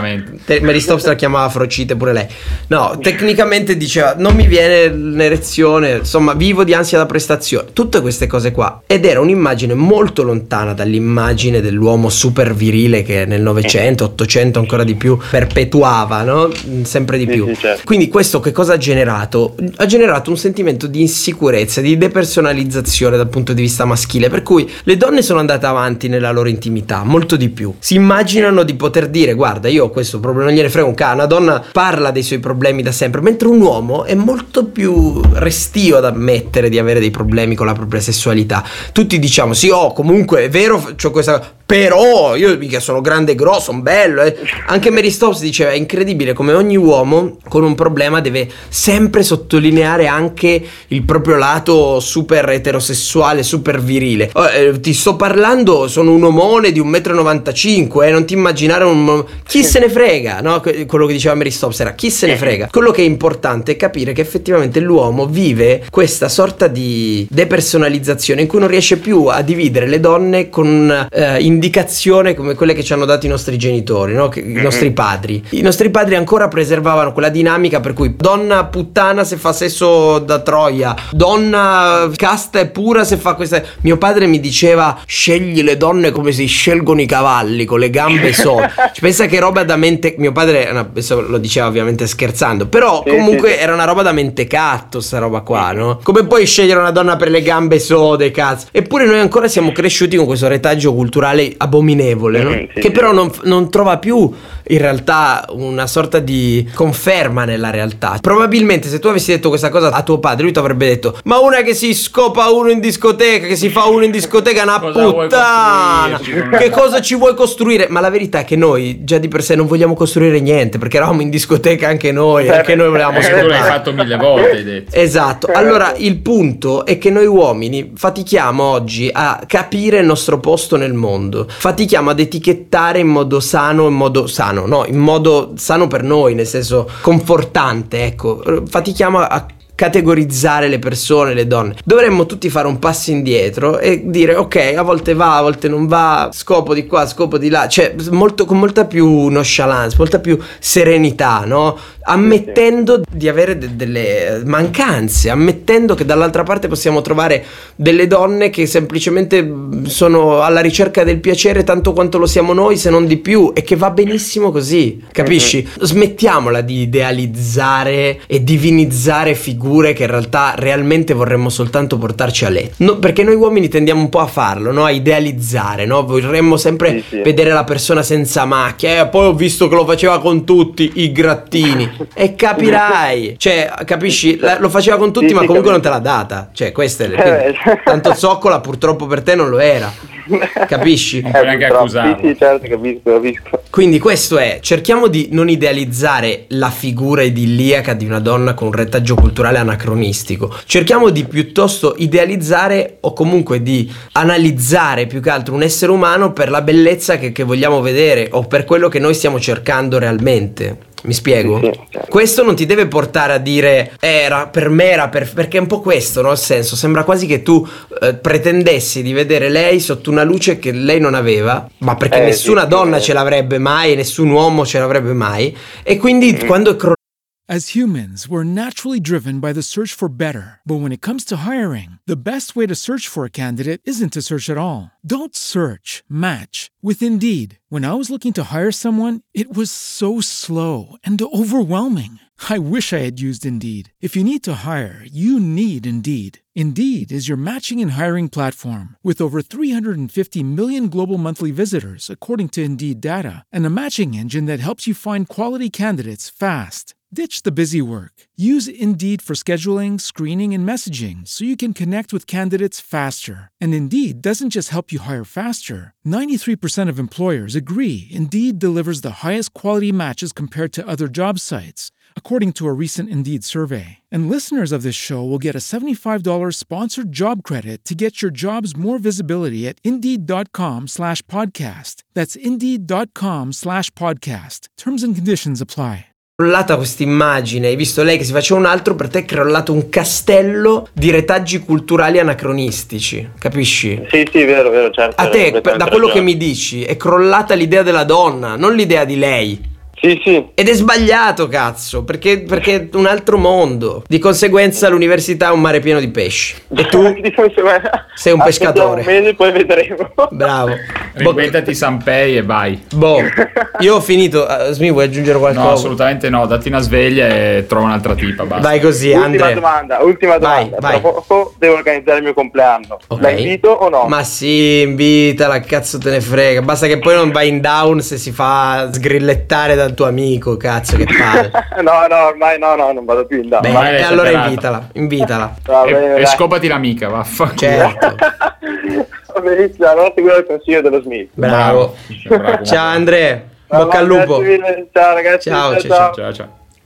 Stopes la chiamava frocite pure lei. No, tecnicamente diceva, non mi viene l'erezione, insomma vivo di ansia da prestazione, tutte queste cose qua, ed era un'immagine molto lontana dall'immagine dell'uomo super virile che nel Novecento, Ottocento ancora di più perpetuava, no? Sempre di più. Sì, certo. Quindi questo che cosa ha generato? Ha generato un sentimento di insicurezza, di depersonalizzazione dal punto di vista maschile, per cui le donne sono andate avanti nella loro intimità molto di più, si immaginano di poter dire guarda io ho questo problema, non gliene frega un cazzo. Una donna parla dei suoi problemi da sempre, mentre un uomo è molto più restio ad ammettere di avere dei problemi con la propria sessualità. Tutti diciamo sì, comunque è vero, c'ho questa, però io mica sono grande e grosso, sono bello, Anche Mary Stopes diceva è incredibile come ogni uomo con un problema deve sempre sottolineare anche il proprio lato super eterosessuale, super virile. Ti sto parlando, sono un omone di 1,95 m, non ti immaginare chi se ne frega, no? Quello che diceva Mary Stopes era chi se ne frega. Quello che è importante è capire che effettivamente l'uomo vive questa sorta di depersonalizzazione in cui non riesce più a dividere le donne con un'indicazione come quelle che ci hanno dato i nostri genitori, no? I nostri padri. I nostri padri ancora preservavano quella dinamica per cui donna puttana se fa sesso da Troia, donna casta e pura se fa questa. Mio padre mi diceva scegli le donne come si scelgono i cavalli, con le gambe sode. Pensa che roba da mente. Mio padre adesso lo diceva ovviamente scherzando, però comunque era una roba da mentecatto sta roba qua, no? Come puoi scegliere una donna per le gambe sode, cazzo? Eppure noi ancora siamo cresciuti con questo retaggio culturale abominevole, no? Che però non trova più in realtà una sorta di conferma nella realtà. Probabilmente se tu avessi detto questa cosa a tuo padre, lui ti avrebbe detto: ma una che si scopa uno in discoteca, che si fa uno in discoteca, è una puttana, che cosa ci vuoi costruire? Ma la verità è che noi già di per sé non vogliamo costruire niente, perché eravamo in discoteca anche noi volevamo scopare. Tu l'hai fatto 1000 volte, hai detto. Esatto. Allora il punto è che noi uomini fatichiamo oggi a capire il nostro posto nel mondo, fatichiamo ad etichettare in modo sano per noi, nel senso confortante, ecco, fatichiamo a categorizzare le persone, le donne. Dovremmo tutti fare un passo indietro e dire ok, a volte va, a volte non va, scopo di qua, scopo di là, cioè con molta più nonchalance, molta più serenità, no? Ammettendo di avere delle mancanze, ammettendo che dall'altra parte possiamo trovare delle donne che semplicemente sono alla ricerca del piacere tanto quanto lo siamo noi, se non di più, e che va benissimo così, capisci? Smettiamola di idealizzare e divinizzare figure che in realtà realmente vorremmo soltanto portarci a letto, no, perché noi uomini tendiamo un po' a farlo, no? A idealizzare, no? Vorremmo sempre vedere la persona senza macchia, poi ho visto che lo faceva con tutti i grattini, e capirai, cioè capisci, lo faceva con tutti, ma comunque non te l'ha data, cioè questa è tanto zoccola purtroppo per te non lo era, capisci? Non puoi neanche accusarlo. Sì, certo, capisco. Quindi questo è, cerchiamo di non idealizzare la figura idilliaca di una donna con un retaggio culturale anacronistico, cerchiamo di piuttosto idealizzare o comunque di analizzare più che altro un essere umano per la bellezza che vogliamo vedere o per quello che noi stiamo cercando realmente. Mi spiego? Sì, certo. Questo non ti deve portare a dire perché è un po' questo, no? Il senso, sembra quasi che tu pretendessi di vedere lei sotto una luce che lei non aveva, ma perché nessuna donna ce l'avrebbe mai e nessun uomo ce l'avrebbe mai, e quindi quando è As humans, we're naturally driven by the search for better. But when it comes to hiring, the best way to search for a candidate isn't to search at all. Don't search, match with Indeed. When I was looking to hire someone, it was so slow and overwhelming. I wish I had used Indeed. If you need to hire, you need Indeed. Indeed is your matching and hiring platform with over 350 million global monthly visitors, according to Indeed data, and a matching engine that helps you find quality candidates fast. Ditch the busy work. Use Indeed for scheduling, screening, and messaging so you can connect with candidates faster. And Indeed doesn't just help you hire faster. 93% of employers agree Indeed delivers the highest quality matches compared to other job sites, according to a recent Indeed survey. And listeners of this show will get a $75 sponsored job credit to get your jobs more visibility at Indeed.com/podcast. That's Indeed.com/podcast. Terms and conditions apply. Crollata questa immagine, hai visto lei che si faceva un altro, per te è crollato un castello di retaggi culturali anacronistici, capisci? Sì, vero, certo. A te, da quello che mi dici, è crollata l'idea della donna, non l'idea di lei. Sì. Ed è sbagliato, cazzo, perché è un altro mondo. Di conseguenza l'università è un mare pieno di pesci. E tu sei un pescatore. Un mese, poi vedremo. Bravo. Reinventati Sanpei e vai. Io ho finito. Smi, vuoi aggiungere qualcosa? No, assolutamente no. Datti una sveglia e trova un'altra tipa. Basta. Vai così, Andre. Ultima domanda. Vai. Tra poco devo organizzare il mio compleanno. Okay. La invito o no? Ma sì, invitala, cazzo te ne frega. Basta che poi non vai in down se si fa sgrillettare dal tuo amico, cazzo, che palle. No, ormai no, non vado più in down. Beh, e allora invitala. E scopati l'amica, vaffanculo. Certo. Va benissimo, allora seguo il consiglio dello Smith. Bravo. Ciao Andre, bocca al lupo. Grazie mille. Ciao ragazzi. Ciao.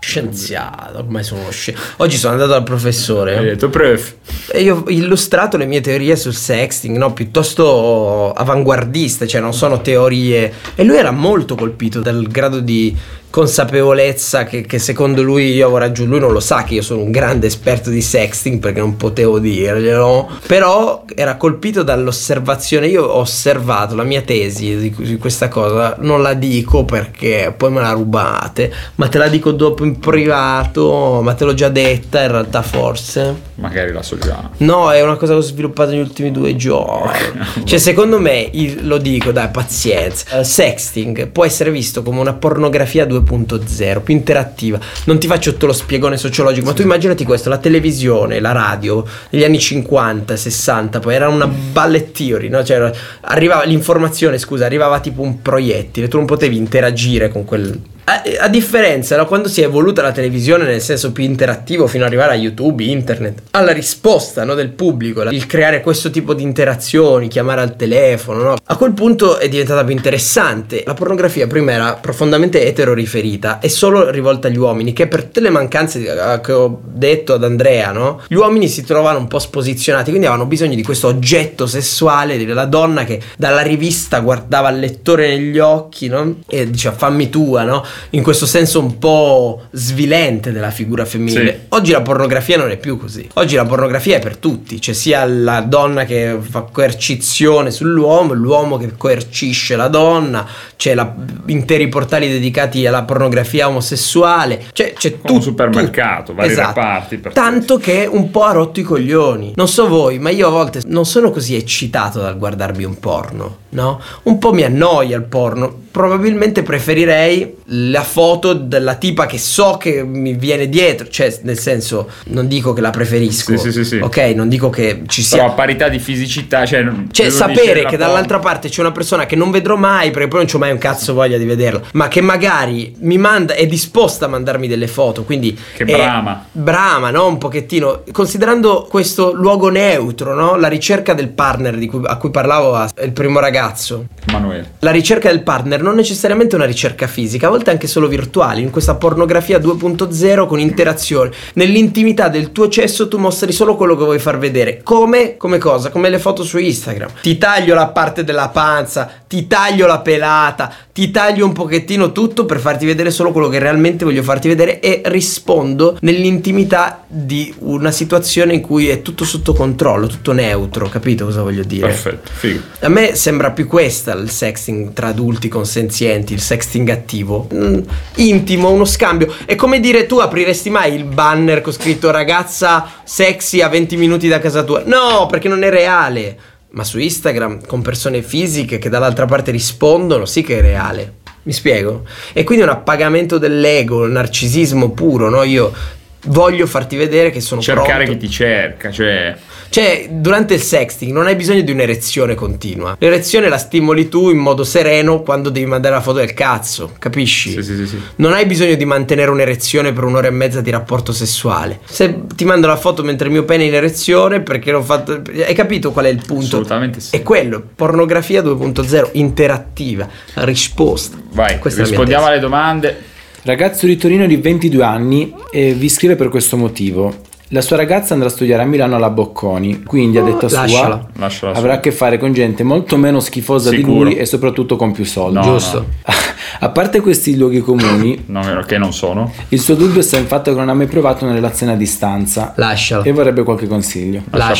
Scienziato, ormai sono uno Oggi sono andato dal professore. Hai detto prof. E io ho illustrato le mie teorie sul sexting, no? Piuttosto avanguardiste, cioè non sono teorie. E lui era molto colpito dal grado di consapevolezza che secondo lui io avevo raggiunto. Lui non lo sa che io sono un grande esperto di sexting perché non potevo dirglielo, però era colpito dall'osservazione. Io ho osservato la mia tesi di questa cosa, non la dico perché poi me la rubate, ma te la dico dopo in privato, ma te l'ho già detta in realtà forse. Magari la so già. No, è una cosa che ho sviluppato negli ultimi 2 giorni. Cioè secondo me, lo dico, dai, pazienza, sexting può essere visto come una pornografia 2.0, più interattiva. Non ti faccio tutto lo spiegone sociologico, ma tu immaginati questo: la televisione, la radio negli anni 50, 60 poi era una bullet theory, no? Cioè arrivava l'informazione, arrivava tipo un proiettile, tu non potevi interagire con quel. A differenza, no? Quando si è evoluta la televisione nel senso più interattivo fino ad arrivare a YouTube, internet, alla risposta, no, del pubblico, il creare questo tipo di interazioni, chiamare al telefono, no? A quel punto è diventata più interessante. La pornografia prima era profondamente eteroriferita e solo rivolta agli uomini, che per tutte le mancanze che ho detto ad Andrea, no? Gli uomini si trovavano un po' sposizionati, quindi avevano bisogno di questo oggetto sessuale della donna che dalla rivista guardava il lettore negli occhi, no? E diceva fammi tua, no? In questo senso un po' svilente della figura femminile. Sì. Oggi la pornografia non è più così. Oggi la pornografia è per tutti, c'è sia la donna che fa coercizione sull'uomo, l'uomo che coercisce la donna, c'è interi portali dedicati alla pornografia omosessuale, c'è tutto un supermercato, vari reparti per tanto tutti. Che un po' ha rotto i coglioni. Non so voi, ma io a volte non sono così eccitato dal guardarmi un porno, no? Un po' mi annoia il porno. Probabilmente preferirei la foto della tipa che so che mi viene dietro, cioè nel senso, non dico che la preferisco, sì. ok, non dico che ci sia, però a parità di fisicità, cioè sapere che dall'altra parte c'è una persona che non vedrò mai perché poi non c'ho mai un cazzo voglia di vederla, ma che magari mi manda, è disposta a mandarmi delle foto, quindi che brama, no? Un pochettino, considerando questo luogo neutro, no? La ricerca del partner a cui parlavo il primo ragazzo Emanuele. La ricerca del partner non necessariamente una ricerca fisica, a volte anche solo virtuale, in questa pornografia 2.0 con interazione. Nell'intimità del tuo cesso tu mostri solo quello che vuoi far vedere. Come cosa? Come le foto su Instagram. Ti taglio la parte della panza, ti taglio la pelata, ti taglio un pochettino tutto per farti vedere solo quello che realmente voglio farti vedere e rispondo nell'intimità di una situazione in cui è tutto sotto controllo, tutto neutro, capito cosa voglio dire? Perfetto, figo. A me sembra più questa il sexting tra adulti consenzienti, il sexting attivo, intimo, uno scambio. È come dire, tu apriresti mai il banner con scritto ragazza sexy a 20 minuti da casa tua? No, perché non è reale. Ma su Instagram con persone fisiche che dall'altra parte rispondono, sì che è reale. Mi spiego? E quindi è un appagamento dell'ego, un narcisismo puro, no? Io voglio farti vedere che sono cercare pronto. Chi ti cerca, cioè durante il sexting non hai bisogno di un'erezione continua. L'erezione la stimoli tu in modo sereno quando devi mandare la foto del cazzo, capisci? Sì. Non hai bisogno di mantenere un'erezione per 1 ora e mezza di rapporto sessuale. Se ti mando la foto mentre il mio pene è in erezione perché l'ho fatto, hai capito qual è il punto? Assolutamente sì. È quello, pornografia 2.0 interattiva, risposta. Vai, rispondiamo alle domande. Ragazzo di Torino di 22 anni vi scrive per questo motivo. La sua ragazza andrà a studiare a Milano alla Bocconi, quindi a detta sua avrà a che fare con gente molto meno schifosa Sicuro. di lui e soprattutto con più soldi. No, giusto. No. A parte questi luoghi comuni, che non sono, il suo dubbio sta in fatto che non ha mai provato una relazione a distanza. Lasciala. E vorrebbe qualche consiglio.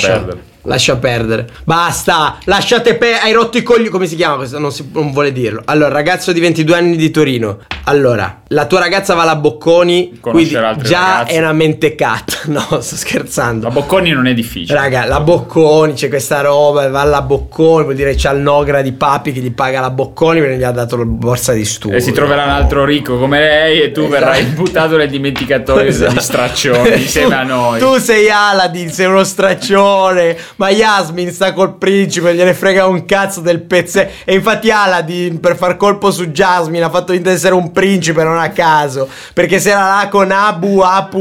Lascia perdere. Basta, hai rotto i coglioni. Come si chiama questo? Non vuole dirlo. Allora, ragazzo di 22 anni di Torino. Allora, la tua ragazza va alla Bocconi, quindi già ragazzi. È una mentecata. No, sto scherzando. La Bocconi non è difficile. Raga, la Bocconi, c'è questa roba, va alla Bocconi, vuol dire c'ha il Nogra di papi che gli paga la Bocconi perché gli ha dato la borsa di studio. E si troverà un altro ricco come lei e tu verrai buttato nel dimenticatoio degli straccioni insieme a noi. Tu sei Aladdin, sei uno straccione. Ma Yasmin sta col principe, gliene frega un cazzo del pezzetto. E infatti Aladdin, per far colpo su Jasmine, ha fatto di essere un principe, non a caso. Perché se era là con Apu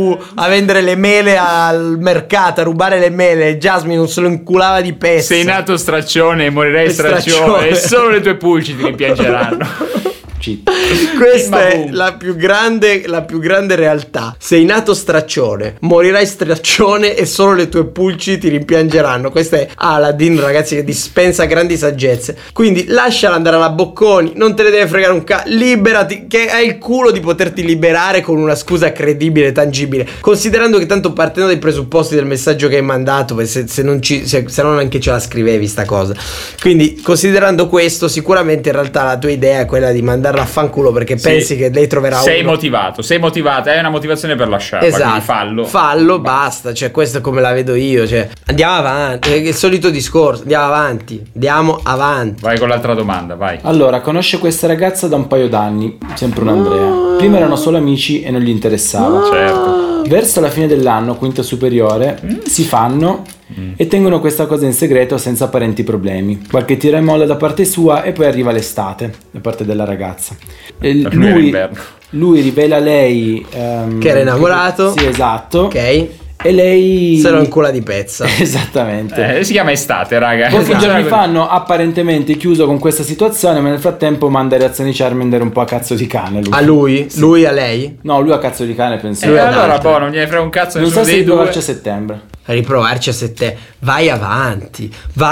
a vendere le mele al mercato, a rubare le mele, e Jasmine non se lo inculava di pezzi. Sei nato straccione e morirai straccione. E solo le tue pulci ti rimpiangeranno. Questa è la più grande realtà. Sei nato straccione, morirai straccione e solo le tue pulci ti rimpiangeranno. Questa è Aladdin, ragazzi, che dispensa grandi saggezze. Quindi lasciala andare alla Bocconi, non te ne deve fregare un liberati, che hai il culo di poterti liberare con una scusa credibile, tangibile, considerando che tanto partendo dai presupposti del messaggio che hai mandato, se non anche ce la scrivevi sta cosa. Quindi considerando questo, sicuramente in realtà la tua idea è quella di mandarla a fanculo perché pensi che lei troverà sei motivata, hai una motivazione per lasciarla. Esatto, fallo, basta. Cioè questo è come la vedo io, cioè andiamo avanti, è il solito discorso, andiamo avanti. Vai con l'altra domanda, vai. Allora, conosce questa ragazza da un paio d'anni, sempre un Andrea. Prima erano solo amici e non gli interessava. Certo. Verso la fine dell'anno, quinta superiore, si fanno e tengono questa cosa in segreto senza apparenti problemi. Qualche tira e molla da parte sua e poi arriva l'estate da parte della ragazza. Lui rivela a lei che era innamorato. Sì, esatto. Ok. E lei se lo incula di pezza. Esattamente. Si chiama estate, raga. Pochi giorni fa hanno apparentemente chiuso con questa situazione, ma nel frattempo manda reazioni Charmander un po' a cazzo di cane. A lui? Sì. Lui a lei? No, lui a cazzo di cane, penso. Allora non gliene frega un cazzo. Non so se riprovarci a settembre. Riprovarci a settembre. Vai avanti.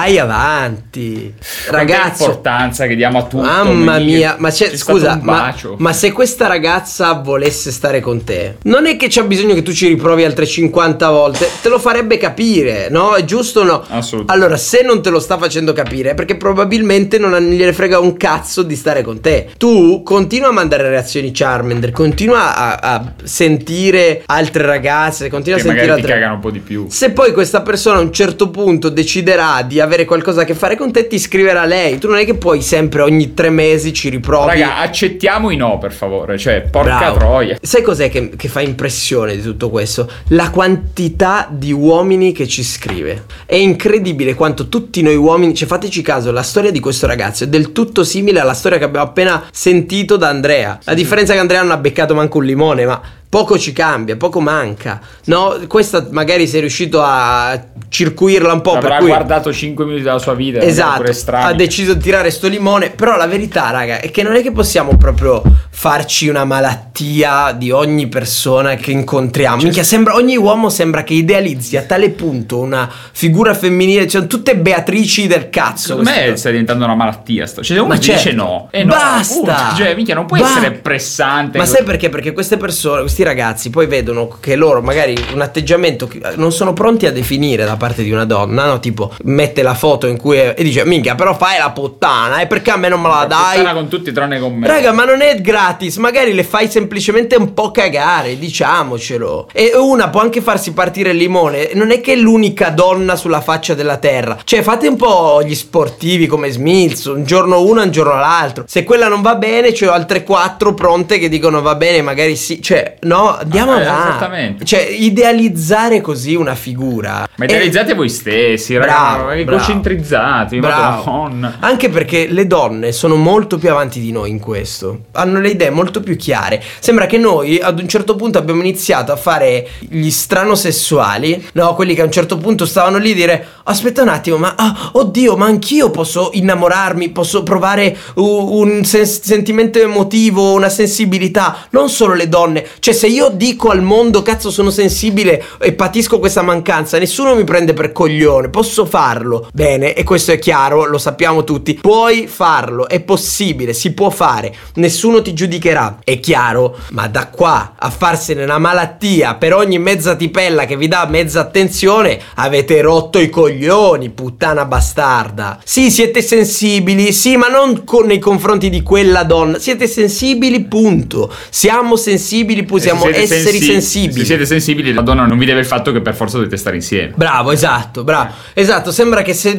Ragazzo, l'importanza che diamo a tutto. Mamma mia, ma scusa, ma se questa ragazza volesse stare con te, non è che c'ha bisogno che tu ci riprovi altre 50 volte, te lo farebbe capire, no? È giusto o no? Assolutamente. Allora, se non te lo sta facendo capire è perché probabilmente non gliene frega un cazzo di stare con te. Tu continua a mandare reazioni Charmander, continua a sentire altre ragazze, continua che a sentire magari ti cagano un po' di più. Se poi questa persona a un certo punto deciderà di avere qualcosa a che fare con te, ti scriverà lei. Tu non è che puoi sempre ogni 3 mesi ci riprovi. Raga, accettiamo i no, per favore. Cioè, porca troia. Sai cos'è che fa impressione di tutto questo? La quantità di uomini che ci scrive. È incredibile quanto tutti noi uomini, cioè fateci caso, la storia di questo ragazzo è del tutto simile alla storia che abbiamo appena sentito da Andrea. La differenza è che Andrea non ha beccato manco un limone, ma poco ci cambia, poco manca, no? Questa magari sei riuscito a circuirla un po'. Avrà guardato 5 minuti della sua vita. Esatto, ha deciso di tirare sto limone. Però la verità, raga, è che non è che possiamo proprio farci una malattia di ogni persona che incontriamo. Minchia, ogni uomo sembra che idealizzi a tale punto una figura femminile. Cioè, tutte Beatrici del cazzo. Secondo me sta diventando una malattia. Cioè, uno dice no. Basta. Cioè, minchia, non può essere pressante. Ma sai perché? Perché queste persone, questi ragazzi poi vedono che loro magari un atteggiamento che non sono pronti a definire da parte di una donna, no? Tipo mette la foto in cui e dice minchia, però fai la puttana, e perché a me non me la dai? Puttana con tutti tranne con me. Raga, ma non è gratis, magari le fai semplicemente un po' cagare, diciamocelo. E una può anche farsi partire il limone, non è che è l'unica donna sulla faccia della terra. Cioè fate un po' gli sportivi come Smilz, un giorno uno, un giorno l'altro. Se quella non va bene, c'ho altre 4 pronte che dicono va bene, magari sì. Cioè no, andiamo avanti. Esattamente. Cioè, idealizzare così una figura. Ma idealizzate voi stessi, ragazzi, egocentrizzati. Madonna. Anche perché le donne sono molto più avanti di noi in questo. Hanno le idee molto più chiare. Sembra che noi ad un certo punto abbiamo iniziato a fare gli stranosessuali, no? Quelli che a un certo punto stavano lì a dire aspetta un attimo, ma oddio, ma anch'io posso innamorarmi, posso provare un sentimento emotivo, una sensibilità. Non solo le donne. Cioè, se io dico al mondo cazzo sono sensibile e patisco questa mancanza, nessuno mi prende per coglione, posso farlo. Bene, e questo è chiaro, lo sappiamo tutti. Puoi farlo, è possibile, si può fare, nessuno ti giudicherà, è chiaro. Ma da qua a farsene una malattia per ogni mezza tipella che vi dà mezza attenzione, avete rotto i coglioni, puttana bastarda. Sì, siete sensibili, sì, ma non nei confronti di quella donna. Siete sensibili, punto. Siamo sensibili, possiamo essere sensibili. Se siete sensibili, la donna non vi deve il fatto che per forza dovete stare insieme. Bravo, esatto. Sembra che se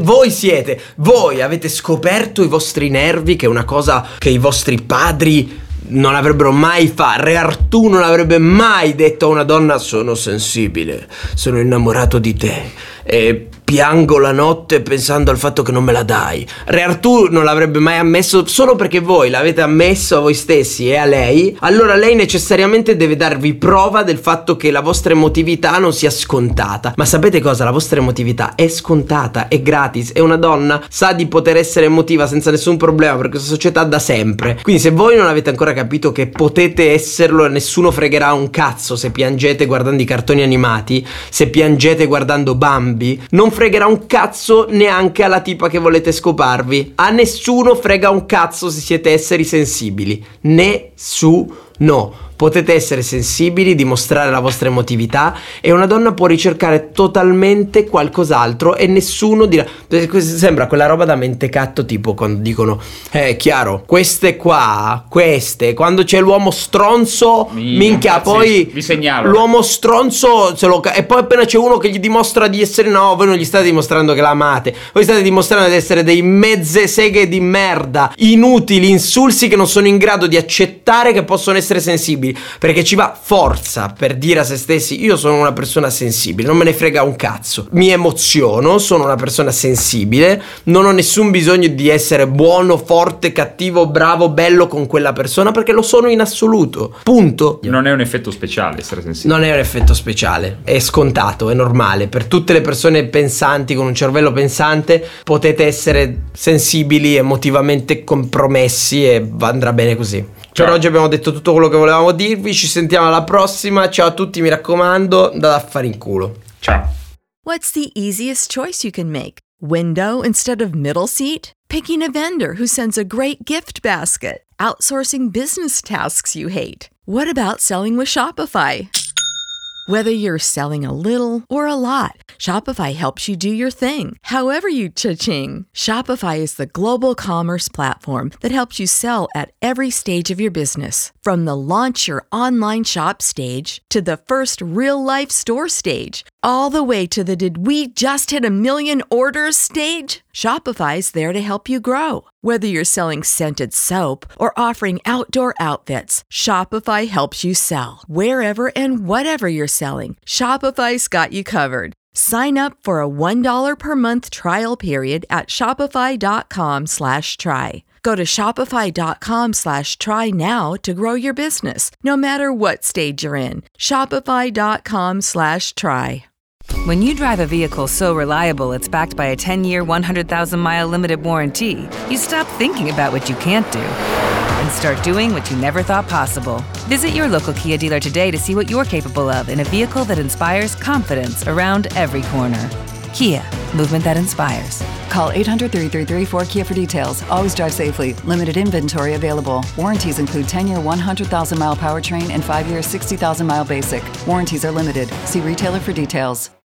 voi avete scoperto i vostri nervi, che è una cosa che i vostri padri non avrebbero mai fatto. Re Artù non avrebbe mai detto a una donna sono sensibile, sono innamorato di te. piango la notte pensando al fatto che non me la dai. Re Artù non l'avrebbe mai ammesso, solo perché voi l'avete ammesso a voi stessi e a lei. Allora lei necessariamente deve darvi prova del fatto che la vostra emotività non sia scontata. Ma sapete cosa? La vostra emotività è scontata, è gratis, e una donna sa di poter essere emotiva senza nessun problema per questa società da sempre. Quindi se voi non avete ancora capito che potete esserlo e nessuno fregherà un cazzo se piangete guardando i cartoni animati, se piangete guardando Bambi, non fregherà un cazzo neanche alla tipa che volete scoparvi. A nessuno frega un cazzo se siete esseri sensibili. Nessuno. Potete essere sensibili, dimostrare la vostra emotività, e una donna può ricercare totalmente qualcos'altro e nessuno dirà. Sembra quella roba da mentecatto, tipo quando dicono chiaro, queste quando c'è l'uomo stronzo, minchia, poi vi segnalo. L'uomo stronzo e poi appena c'è uno che gli dimostra di essere, no, voi non gli state dimostrando che la amate, voi state dimostrando di essere dei mezze seghe di merda, inutili, insulsi, che non sono in grado di accettare che possono essere sensibili. Perché ci va forza per dire a se stessi: io sono una persona sensibile, non me ne frega un cazzo, mi emoziono, sono una persona sensibile, non ho nessun bisogno di essere buono, forte, cattivo, bravo, bello con quella persona, perché lo sono in assoluto, punto. Non è un effetto speciale essere sensibile. Non è un effetto speciale, è scontato, è normale. Per tutte le persone pensanti, con un cervello pensante, potete essere sensibili, emotivamente compromessi, e andrà bene così. Per oggi abbiamo detto tutto quello che volevamo dirvi, ci sentiamo alla prossima, ciao a tutti, mi raccomando, andate a fare in culo. Ciao. What's the easiest choice you can make? Window instead of middle seat? Picking a vendor who sends a great gift basket? Outsourcing business tasks you hate? What about selling with Shopify? Whether you're selling a little or a lot, Shopify helps you do your thing, however you cha-ching. Shopify is the global commerce platform that helps you sell at every stage of your business. From the launch your online shop stage to the first real-life store stage, all the way to the did we just hit 1 million orders stage? Shopify's there to help you grow. Whether you're selling scented soap or offering outdoor outfits, Shopify helps you sell. Wherever and whatever you're selling, Shopify's got you covered. Sign up for a $1 per month trial period at shopify.com/try. Go to shopify.com/try now to grow your business, no matter what stage you're in. Shopify.com/try. When you drive a vehicle so reliable it's backed by a 10-year, 100,000-mile limited warranty, you stop thinking about what you can't do and start doing what you never thought possible. Visit your local Kia dealer today to see what you're capable of in a vehicle that inspires confidence around every corner. Kia, movement that inspires. Call 800-333-4KIA for details. Always drive safely. Limited inventory available. Warranties include 10-year, 100,000-mile powertrain and 5-year, 60,000-mile basic. Warranties are limited. See retailer for details.